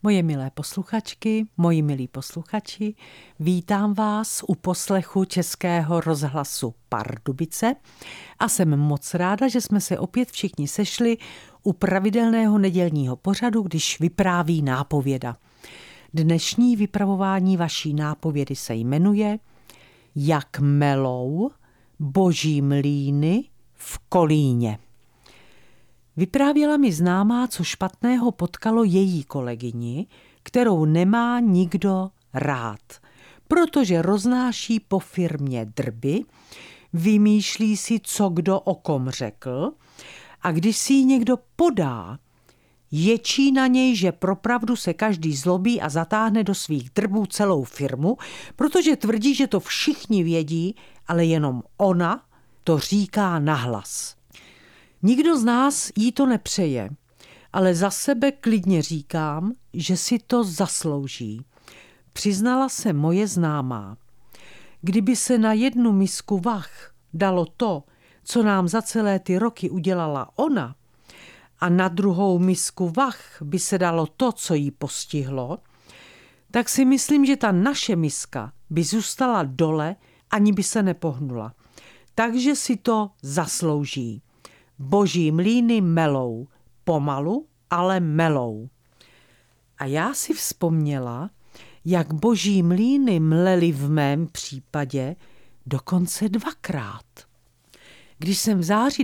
Moje milé posluchačky, moji milí posluchači, vítám vás u poslechu Českého rozhlasu Pardubice a jsem moc ráda, že jsme se opět všichni sešli u pravidelného nedělního pořadu, když vypráví nápověda. Dnešní vypravování vaší nápovědy se jmenuje Jak melou boží mlýny v Kolíně. Vyprávěla mi známá, co špatného potkalo její kolegyni, kterou nemá nikdo rád, protože roznáší po firmě drby, vymýšlí si, co kdo o kom řekl, a když si ji někdo podá, ječí na něj, že propravdu se každý zlobí a zatáhne do svých drbů celou firmu, protože tvrdí, že to všichni vědí, ale jenom ona to říká nahlas. Nikdo z nás jí to nepřeje, ale za sebe klidně říkám, že si to zaslouží. Přiznala se moje známá. Kdyby se na jednu misku vah dalo to, co nám za celé ty roky udělala ona, a na druhou misku vah by se dalo to, co jí postihlo, tak si myslím, že ta naše miska by zůstala dole, ani by se nepohnula. Takže si to zaslouží. Boží mlýny melou, pomalu, ale melou. A já si vzpomněla, jak boží mlýny mlely v mém případě dokonce dvakrát. Když jsem v září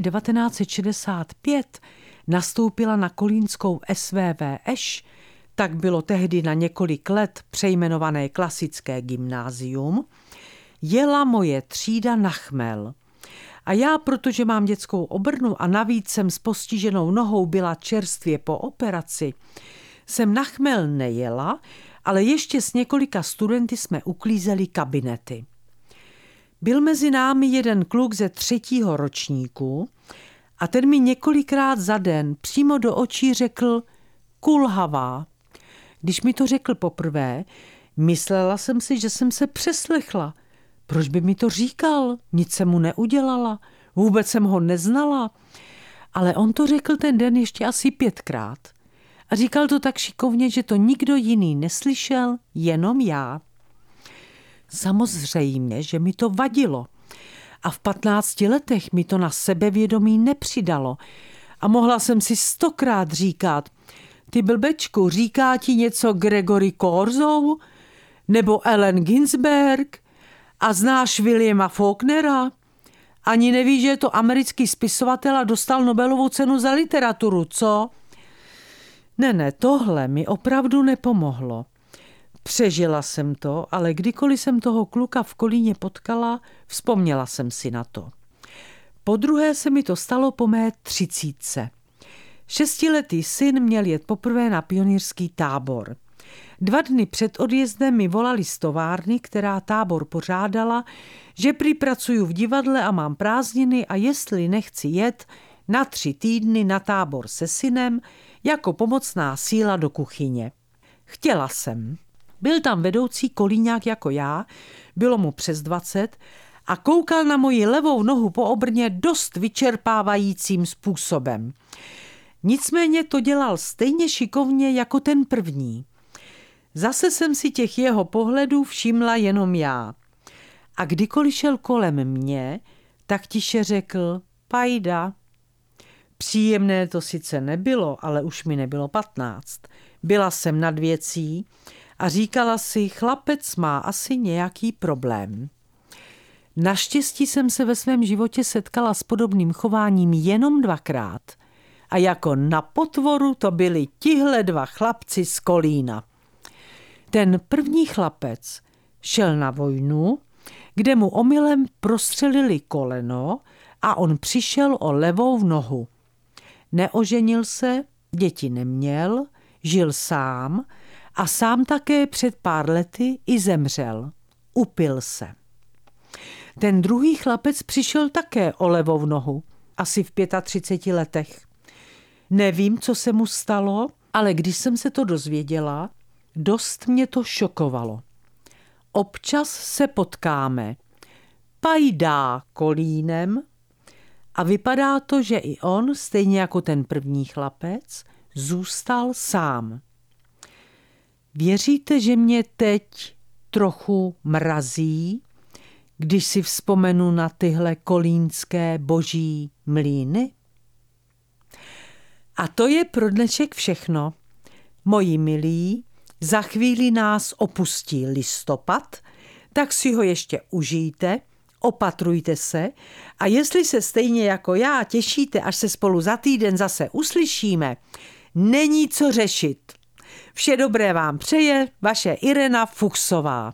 1965 nastoupila na kolínskou SVVŠ, tak bylo tehdy na několik let přejmenované klasické gymnázium, jela moje třída na chmel. A já, protože mám dětskou obrnu a navíc jsem s postiženou nohou byla čerstvě po operaci, jsem na chmel nejela, ale ještě s několika studenty jsme uklízeli kabinety. Byl mezi námi jeden kluk ze 3. ročníku a ten mi několikrát za den přímo do očí řekl kulhavá. Když mi to řekl poprvé, myslela jsem si, že jsem se přeslechla. Proč by mi to říkal? Nic jsem mu neudělala. Vůbec jsem ho neznala. Ale on to řekl ten den ještě asi 5krát. A říkal to tak šikovně, že to nikdo jiný neslyšel, jenom já. Samozřejmě, že mi to vadilo. A v 15 letech mi to na sebevědomí nepřidalo. A mohla jsem si 100krát říkat, ty blbečku, říká ti něco Gregory Corso? Nebo Allen Ginsberg? A znáš Williama Faulknera? Ani nevíš, že je to americký spisovatel a dostal Nobelovu cenu za literaturu, co? Ne, tohle mi opravdu nepomohlo. Přežila jsem to, ale kdykoliv jsem toho kluka v Kolíně potkala, vzpomněla jsem si na to. Podruhé se mi to stalo po mé 30. 6letý syn měl jet poprvé na pionýrský tábor. 2 dny před odjezdem mi volali z továrny, která tábor pořádala, že prý pracuju v divadle a mám prázdniny a jestli nechci jet na 3 týdny na tábor se synem jako pomocná síla do kuchyně. Chtěla jsem. Byl tam vedoucí kolíňák jako já, bylo mu přes 20 a koukal na moji levou nohu po obrně dost vyčerpávajícím způsobem. Nicméně to dělal stejně šikovně jako ten první. Zase jsem si těch jeho pohledů všimla jenom já. A kdykoliv šel kolem mě, tak tiše řekl pajda. Příjemné to sice nebylo, ale už mi nebylo 15. Byla jsem nad věcí a říkala si, chlapec má asi nějaký problém. Naštěstí jsem se ve svém životě setkala s podobným chováním jenom 2krát. A jako na potvoru to byli tihle 2 chlapci z Kolína. Ten první chlapec šel na vojnu, kde mu omylem prostřelili koleno a on přišel o levou nohu. Neoženil se, děti neměl, žil sám a sám také před pár lety i zemřel. Upil se. Ten druhý chlapec přišel také o levou nohu, asi v 35 letech. Nevím, co se mu stalo, ale když jsem se to dozvěděla, dost mě to šokovalo. Občas se potkáme. Pajdá Kolínem a vypadá to, že i on, stejně jako ten první chlapec, zůstal sám. Věříte, že mě teď trochu mrazí, když si vzpomenu na tyhle kolínské boží mlýny? A to je pro dnešek všechno. Moji milí, za chvíli nás opustí listopad, tak si ho ještě užijte, opatrujte se a jestli se stejně jako já těšíte, až se spolu za týden zase uslyšíme, není co řešit. Vše dobré vám přeje vaše Irena Fuchsová.